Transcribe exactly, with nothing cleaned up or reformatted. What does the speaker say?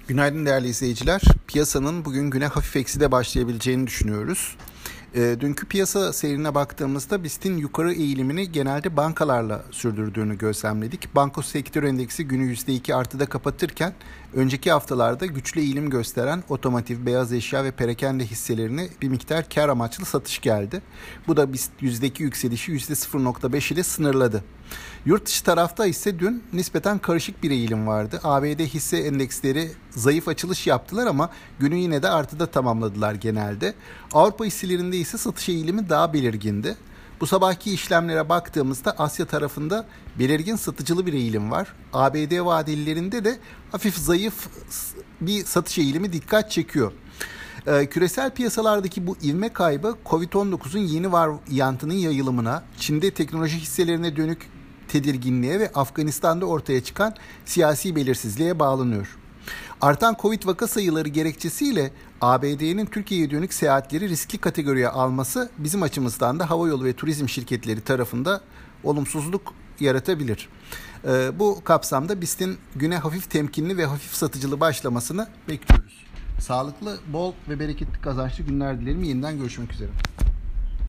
Günaydın değerli izleyiciler. Piyasanın bugün güne hafif ekside başlayabileceğini düşünüyoruz. E, dünkü piyasa seyrine baktığımızda BIST'in yukarı eğilimini genelde bankalarla sürdürdüğünü gözlemledik. Banko sektör endeksi günü yüzde iki artıda kapatırken önceki haftalarda güçlü eğilim gösteren otomotiv, beyaz eşya ve perakende hisselerine bir miktar kar amaçlı satış geldi. Bu da BIST yüzde iki yükselişi yüzde sıfır virgül beş ile sınırladı. Yurt dışı tarafta ise dün nispeten karışık bir eğilim vardı. A B D hisse endeksleri zayıf açılış yaptılar ama günü yine de artıda tamamladılar genelde. Avrupa hisselerinde ise satış eğilimi daha belirgindi. Bu sabahki işlemlere baktığımızda Asya tarafında belirgin satıcılı bir eğilim var. A B D vadelilerinde de hafif zayıf bir satış eğilimi dikkat çekiyor. Ee, küresel piyasalardaki bu ivme kaybı kovid on dokuzun yeni varyantının yayılımına, Çin'de teknoloji hisselerine dönük tedirginliğe ve Afganistan'da ortaya çıkan siyasi belirsizliğe bağlanıyor. Artan Covid vaka sayıları gerekçesiyle A B D'nin Türkiye'ye dönük seyahatleri riskli kategoriye alması bizim açımızdan da havayolu ve turizm şirketleri tarafında olumsuzluk yaratabilir. Ee, bu kapsamda BIST'in güne hafif temkinli ve hafif satıcılı başlamasını bekliyoruz. Sağlıklı, bol ve bereketli kazançlı günler dilerim. Yeniden görüşmek üzere.